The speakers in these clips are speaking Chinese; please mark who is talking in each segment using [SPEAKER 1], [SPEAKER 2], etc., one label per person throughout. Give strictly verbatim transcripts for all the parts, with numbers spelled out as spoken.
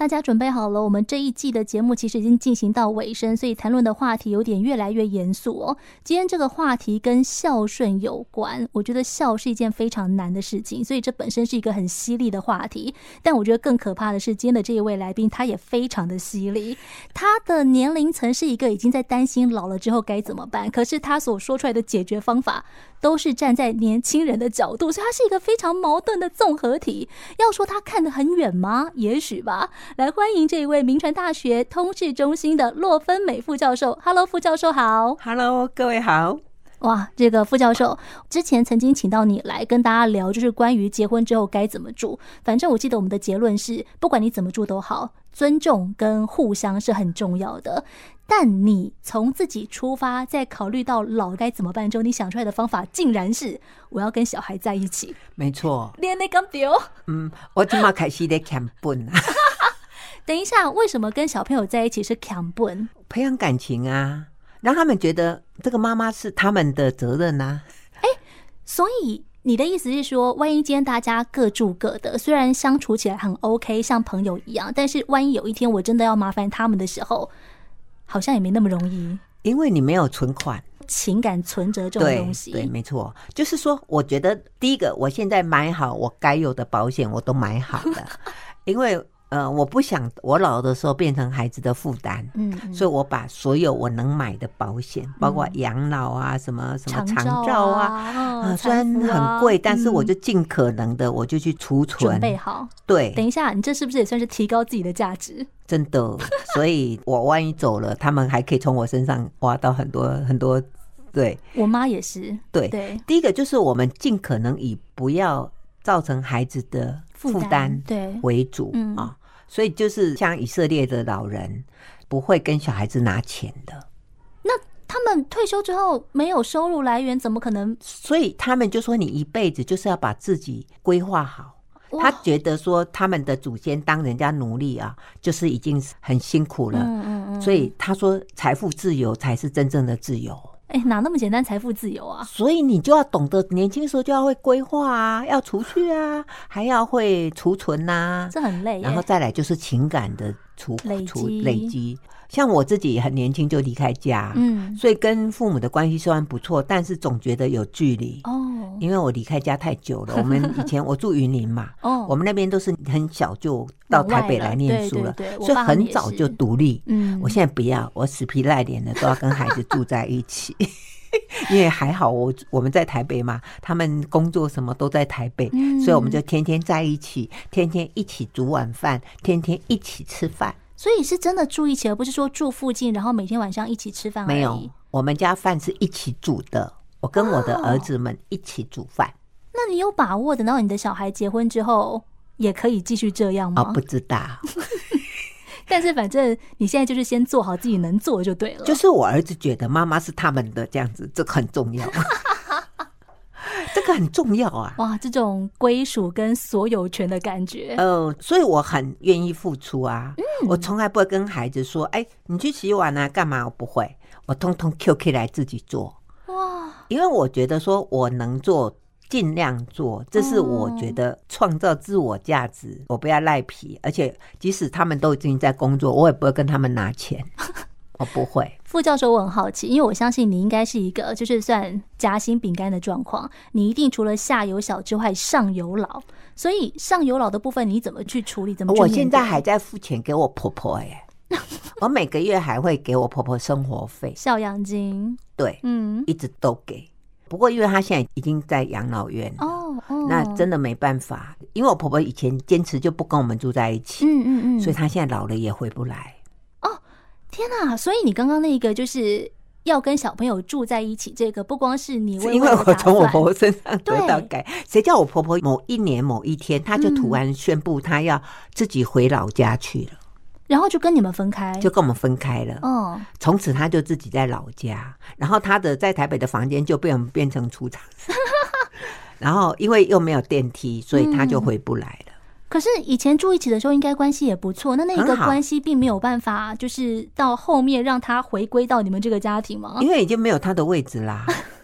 [SPEAKER 1] 大家准备好了，我们这一季的节目其实已经进行到尾声，所以谈论的话题有点越来越严肃哦。今天这个话题跟孝顺有关，我觉得孝是一件非常难的事情，所以这本身是一个很犀利的话题。但我觉得更可怕的是，今天的这一位来宾他也非常的犀利，他的年龄层是一个已经在担心老了之后该怎么办，可是他所说出来的解决方法都是站在年轻人的角度，所以他是一个非常矛盾的综合体。要说他看得很远吗？也许吧。来欢迎这一位铭传大学通识中心的洛芬美副教授。 Hello 副教授好。
[SPEAKER 2] Hello 各位好。
[SPEAKER 1] 哇，这个副教授之前曾经请到你来跟大家聊，就是关于结婚之后该怎么住。反正我记得我们的结论是，不管你怎么住都好，尊重跟互相是很重要的。但你从自己出发，在考虑到老该怎么办之后，你想出来的方法竟然是我要跟小孩在一起。
[SPEAKER 2] 没错，
[SPEAKER 1] 连那个丢，
[SPEAKER 2] 嗯，我今嘛开始在看本啊。
[SPEAKER 1] 等一下，为什么跟小朋友在一起是看本？
[SPEAKER 2] 培养感情啊，让他们觉得这个妈妈是他们的责任啊。
[SPEAKER 1] 哎，所以你的意思是说，万一今天大家各住各的，虽然相处起来很 OK， 像朋友一样，但是万一有一天我真的要麻烦他们的时候，好像也没那么容易。
[SPEAKER 2] 因为你没有存款，
[SPEAKER 1] 情感存折这种东西。
[SPEAKER 2] 对对，没错。就是说，我觉得第一个，我现在买好我该有的保险，我都买好了，因为。呃，我不想我老的时候变成孩子的负担，嗯，嗯，所以我把所有我能买的保险，嗯，包括养老啊，什么什么长照啊，啊，呃，虽然很贵，但是我就尽可能的，我就去储存，
[SPEAKER 1] 准备好。对，等一下，你这是不是也算是提高自己的价值？
[SPEAKER 2] 真的，所以我万一走了，他们还可以从我身上挖到很多很多。对，
[SPEAKER 1] 我妈也是。对对，
[SPEAKER 2] 第一个就是我们尽可能以不要造成孩子的负担为主，嗯啊。所以就是像以色列的老人不会跟小孩子拿钱的。
[SPEAKER 1] 那他们退休之后没有收入来源，怎么可能？
[SPEAKER 2] 所以他们就说你一辈子就是要把自己规划好。他觉得说他们的祖先当人家奴隶啊，就是已经很辛苦了，嗯嗯嗯，所以他说财富自由才是真正的自由。
[SPEAKER 1] 哎，哪那么简单财富自由啊？
[SPEAKER 2] 所以你就要懂得年轻时候就要会规划啊，要储蓄啊，还要会储存啊，
[SPEAKER 1] 这很累。
[SPEAKER 2] 然后再来就是情感的储
[SPEAKER 1] 累积
[SPEAKER 2] 累积。像我自己很年轻就离开家，嗯，所以跟父母的关系虽然不错，但是总觉得有距离哦，因为我离开家太久了。我们以前我住云林嘛，哦，我们那边都是很小就到台北来念书了，
[SPEAKER 1] 对对对，
[SPEAKER 2] 所以很早就独立。嗯，我现在不要，我死皮赖脸的都要跟孩子住在一起。因为还好我我们在台北嘛，他们工作什么都在台北，嗯，所以我们就天天在一起，天天一起煮晚饭，天天一起吃饭。
[SPEAKER 1] 所以是真的住一起，而不是说住附近然后每天晚上一起吃饭而已。
[SPEAKER 2] 没有，我们家饭是一起煮的，我跟我的儿子们一起煮饭。哦，
[SPEAKER 1] 那你有把握等到你的小孩结婚之后也可以继续这样吗？
[SPEAKER 2] 哦，不知道。
[SPEAKER 1] 但是反正你现在就是先做好自己能做就对了。
[SPEAKER 2] 就是我儿子觉得妈妈是他们的这样子，这个很重要。这个很重要啊！
[SPEAKER 1] 哇，这种归属跟所有权的感觉，
[SPEAKER 2] 呃，所以我很愿意付出啊。嗯，我从来不会跟孩子说：“哎，你去洗碗啊，干嘛？”我不会，我通通 Q K 来自己做。哇！因为我觉得说我能做，尽量做，这是我觉得创造自我价值。我不要赖皮，而且即使他们都已经在工作，我也不会跟他们拿钱。我不会。
[SPEAKER 1] 副教授，我很好奇，因为我相信你应该是一个就是算夹心饼干的状况，你一定除了下有小之外上有老，所以上有老的部分你怎么去处理？怎么去面对？
[SPEAKER 2] 我现在还在付钱给我婆婆耶。我每个月还会给我婆婆生活费、
[SPEAKER 1] 孝养金。
[SPEAKER 2] 对，嗯，一直都给。不过因为她现在已经在养老院了，哦哦，那真的没办法，因为我婆婆以前坚持就不跟我们住在一起，嗯嗯嗯，所以她现在老了也回不来。
[SPEAKER 1] 天哪！所以你刚刚那个就是要跟小朋友住在一起，这个不光是你为
[SPEAKER 2] 因为我从我婆婆身上得到改，谁叫我婆婆某一年某一天，她就突然宣布她要自己回老家去了，嗯，
[SPEAKER 1] 然后就跟你们分开，
[SPEAKER 2] 就跟我们分开了。哦，从此她就自己在老家，然后她的在台北的房间就被我们变成储藏室，然后因为又没有电梯，所以她就回不来了。嗯，
[SPEAKER 1] 可是以前住一起的时候应该关系也不错，那那个关系并没有办法就是到后面让他回归到你们这个家庭吗？
[SPEAKER 2] 因为已经没有他的位置啦。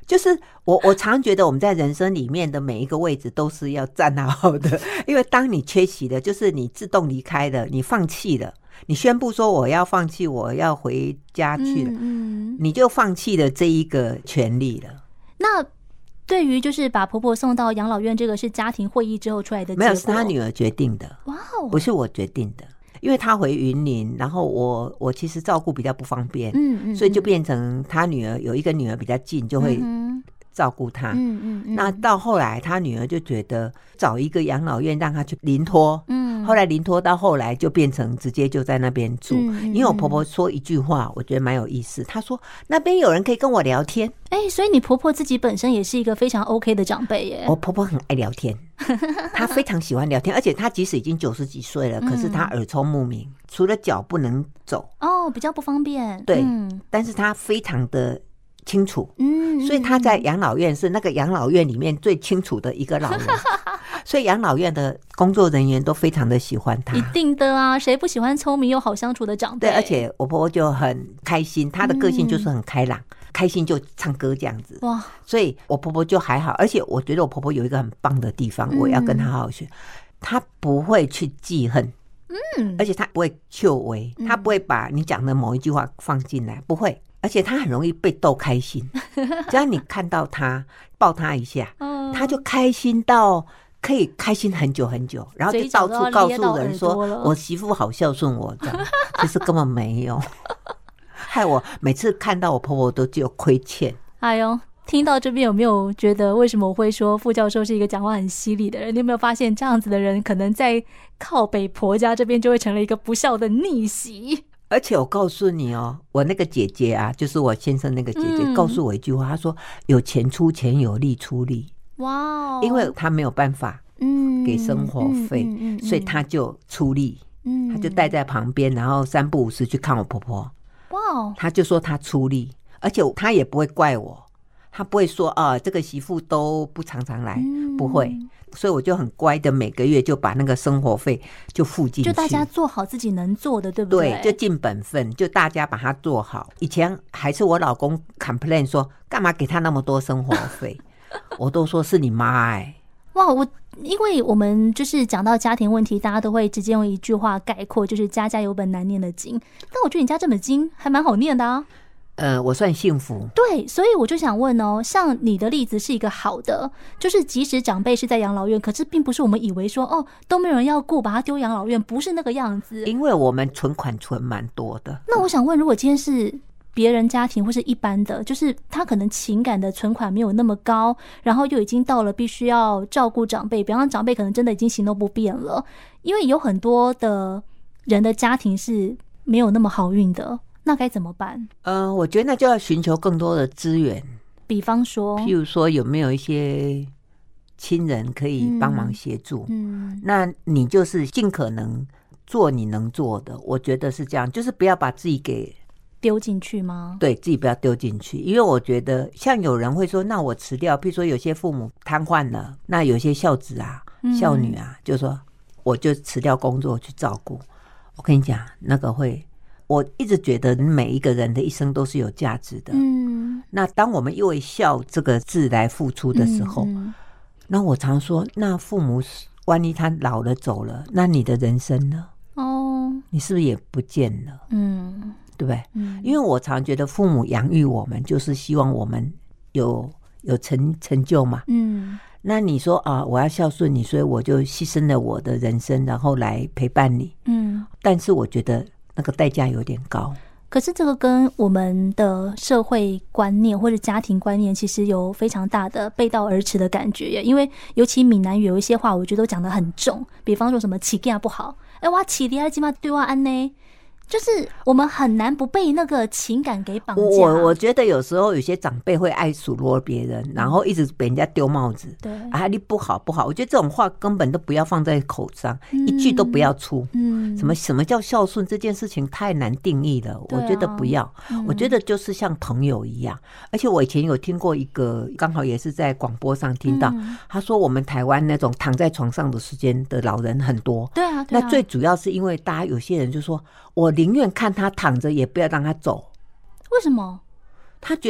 [SPEAKER 2] 就是我我常觉得我们在人生里面的每一个位置都是要站好好的，因为当你缺席了，就是你自动离开了，你放弃了，你宣布说我要放弃，我要回家去了，嗯嗯，你就放弃了这一个权利了。
[SPEAKER 1] 那对于就是把婆婆送到养老院，这个是家庭会议之后出来的结果？
[SPEAKER 2] 没有，是她女儿决定的。哇哦，不是我决定的。因为他回云林，然后我我其实照顾比较不方便，嗯嗯，所以就变成他女儿有一个女儿比较近，就会照顾他。嗯嗯嗯。那到后来，他女儿就觉得找一个养老院让他去临托，嗯，后来临托到后来就变成直接就在那边住。嗯嗯，因为我婆婆说一句话，我觉得蛮有意思，她说那边有人可以跟我聊天。
[SPEAKER 1] 哎、欸，所以你婆婆自己本身也是一个非常 OK 的长辈耶。
[SPEAKER 2] 我婆婆很爱聊天，她非常喜欢聊天，而且她即使已经九十几岁了，可是她耳聪目明，除了脚不能走
[SPEAKER 1] 哦，比较不方便。
[SPEAKER 2] 对，嗯、但是她非常的清楚，嗯，所以她在养老院是那个养老院里面最清楚的一个老人，所以养老院的工作人员都非常的喜欢她。
[SPEAKER 1] 一定的啊，谁不喜欢聪明又好相处的长辈？
[SPEAKER 2] 对，而且我婆婆就很开心，她的个性就是很开朗。嗯，开心就唱歌这样子哇，所以我婆婆就还好，而且我觉得我婆婆有一个很棒的地方，我要跟她好好学，她不会去记恨，嗯，而且她不会求为，她不会把你讲的某一句话放进来，不会，而且她很容易被逗开心，只要你看到她抱她一下，她就开心到可以开心很久很久，然后就到处告诉人说我媳妇好孝顺我这样，其实根本没有。害我每次看到我婆婆都只有亏欠。
[SPEAKER 1] 哎呦，听到这边有没有觉得为什么我会说傅教授是一个讲话很犀利的人？你有没有发现这样子的人可能在靠北婆家这边就会成了一个不孝的逆袭？
[SPEAKER 2] 而且我告诉你哦，我那个姐姐啊，就是我先生那个姐姐、嗯、告诉我一句话，她说有钱出钱，有力出力。哇哦，因为她没有办法给生活费、嗯嗯嗯嗯、所以她就出力，她就待在旁边，然后三不五时去看我婆婆。哇，他就说他出力，而且他也不会怪我，他不会说啊，这个媳妇都不常常来、嗯、不会，所以我就很乖的每个月就把那个生活费就付进去，
[SPEAKER 1] 就大家做好自己能做的，对不对？
[SPEAKER 2] 对，就尽本分，就大家把它做好。以前还是我老公 complain 说干嘛给他那么多生活费我都说是你妈哎、欸。
[SPEAKER 1] 哇，我因为我们就是讲到家庭问题，大家都会直接用一句话概括，就是家家有本难念的经。但我觉得你家这本经还蛮好念的啊。
[SPEAKER 2] 呃，我算幸福。
[SPEAKER 1] 对，所以我就想问哦，像你的例子是一个好的，就是即使长辈是在养老院，可是并不是我们以为说哦都没有人要顾，把他丢养老院，不是那个样子。
[SPEAKER 2] 因为我们存款存蛮多的。
[SPEAKER 1] 那我想问，如果今天是别人家庭或是一般的，就是他可能情感的存款没有那么高，然后又已经到了必须要照顾长辈，比方说长辈可能真的已经行动不便了，因为有很多的人的家庭是没有那么好运的，那该怎么办？
[SPEAKER 2] 呃，我觉得那就要寻求更多的资源，
[SPEAKER 1] 比方说
[SPEAKER 2] 譬如说有没有一些亲人可以帮忙协助，嗯，嗯，那你就是尽可能做你能做的，我觉得是这样，就是不要把自己给
[SPEAKER 1] 丢进去吗？
[SPEAKER 2] 对，自己不要丢进去，因为我觉得像有人会说那我辞掉，譬如说有些父母瘫痪了，那有些孝子啊、嗯、孝女啊就说我就辞掉工作去照顾。我跟你讲那个会，我一直觉得每一个人的一生都是有价值的，嗯，那当我们因为孝这个字来付出的时候，嗯嗯，那我常说那父母万一他老了走了，那你的人生呢？哦，你是不是也不见了？嗯，对不对？嗯，因为我常觉得父母养育我们就是希望我们有有成成就嘛，嗯，那你说啊，我要孝顺你，所以我就牺牲了我的人生，然后来陪伴你，嗯，但是我觉得那个代价有点高。
[SPEAKER 1] 可是这个跟我们的社会观念或者家庭观念其实有非常大的背道而驰的感觉耶，因为尤其闽南语有一些话我觉得都讲得很重，比方说什么起囝不好，哎，我起弟还起码对我安呢，就是我们很难不被那个情感给绑架。
[SPEAKER 2] 我我觉得有时候有些长辈会爱数落别人，然后一直被人家丢帽子，对啊，你不好不好，我觉得这种话根本都不要放在口上，嗯，一句都不要出。嗯，什么什么叫孝顺这件事情太难定义了，我觉得不要，嗯，我觉得就是像朋友一样。而且我以前有听过一个，刚好也是在广播上听到，嗯，他说我们台湾那种躺在床上的时间的老人很多，
[SPEAKER 1] 对啊，对啊，
[SPEAKER 2] 那最主要是因为大家有些人就说我宁愿看他躺着也不要让他走。
[SPEAKER 1] 为什么？
[SPEAKER 2] 他觉得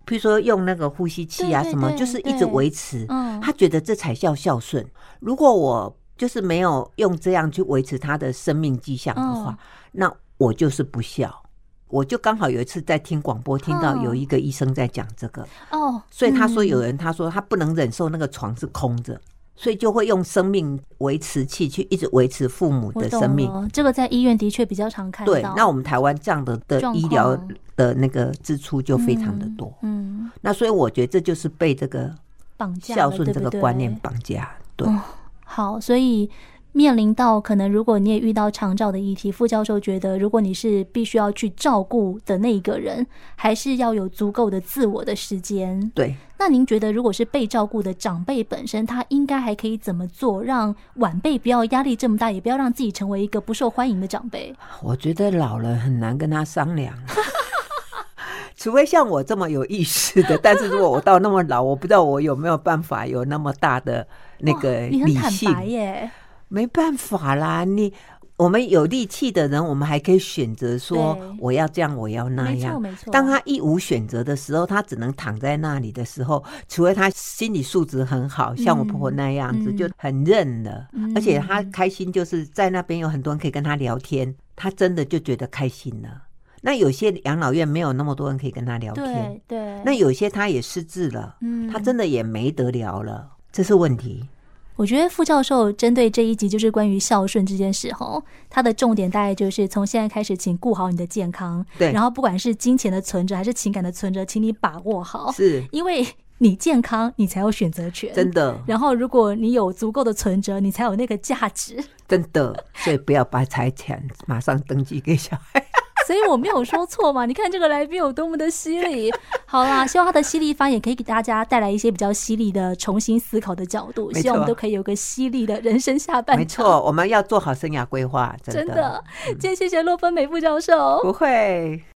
[SPEAKER 2] 譬如说用那个呼吸器啊什么，就是一直维持，嗯，他觉得这才叫孝顺。如果我就是没有用这样去维持他的生命迹象的话，嗯，那我就是不孝。我就刚好有一次在听广播，听到有一个医生在讲这个，哦，所以他说有人他说他不能忍受那个床是空着，所以就会用生命维持器去一直维持父母的生命。
[SPEAKER 1] 这个在医院的确比较常看到。
[SPEAKER 2] 对，那我们台湾这样的的医疗的那个支出就非常的多。嗯，嗯，那所以我觉得这就是被这个孝顺这个观念绑架。对，
[SPEAKER 1] 哦，好，所以面临到可能如果你也遇到长照的议题，副教授觉得如果你是必须要去照顾的那一个人，还是要有足够的自我的时间。
[SPEAKER 2] 对，
[SPEAKER 1] 那您觉得如果是被照顾的长辈本身，他应该还可以怎么做让晚辈不要压力这么大，也不要让自己成为一个不受欢迎的长辈？
[SPEAKER 2] 我觉得老了很难跟他商量除非像我这么有意识的，但是如果我到那么老，我不知道我有没有办法有那么大的那个理性。
[SPEAKER 1] 你很坦白耶。
[SPEAKER 2] 没办法啦，你我们有力气的人，我们还可以选择说我要这样我要那样。
[SPEAKER 1] 没错没错。
[SPEAKER 2] 当他一无选择的时候，他只能躺在那里的时候，除非他心理素质很好，像我婆婆那样子，嗯，就很认了，嗯，而且他开心，就是在那边有很多人可以跟他聊天，他真的就觉得开心了。那有些养老院没有那么多人可以跟他聊天，
[SPEAKER 1] 对对。
[SPEAKER 2] 那有些他也失智了，嗯，他真的也没得聊了，这是问题。
[SPEAKER 1] 我觉得副教授针对这一集就是关于孝顺这件事吼，他的重点大概就是从现在开始，请顾好你的健康，
[SPEAKER 2] 对，
[SPEAKER 1] 然后不管是金钱的存折还是情感的存折，请你把握好，
[SPEAKER 2] 是
[SPEAKER 1] 因为你健康你才有选择权，
[SPEAKER 2] 真的。
[SPEAKER 1] 然后如果你有足够的存折，你才有那个价值，
[SPEAKER 2] 真的。所以不要把财产马上登记给小孩
[SPEAKER 1] 所以我没有说错嘛，你看这个来宾有多么的犀利。好啦，希望他的犀利发言可以给大家带来一些比较犀利的重新思考的角度，希望我们都可以有个犀利的人生下半场。
[SPEAKER 2] 没错，我们要做好生涯规划，真的。
[SPEAKER 1] 真的，今天谢谢洛芬美副教授。
[SPEAKER 2] 不会。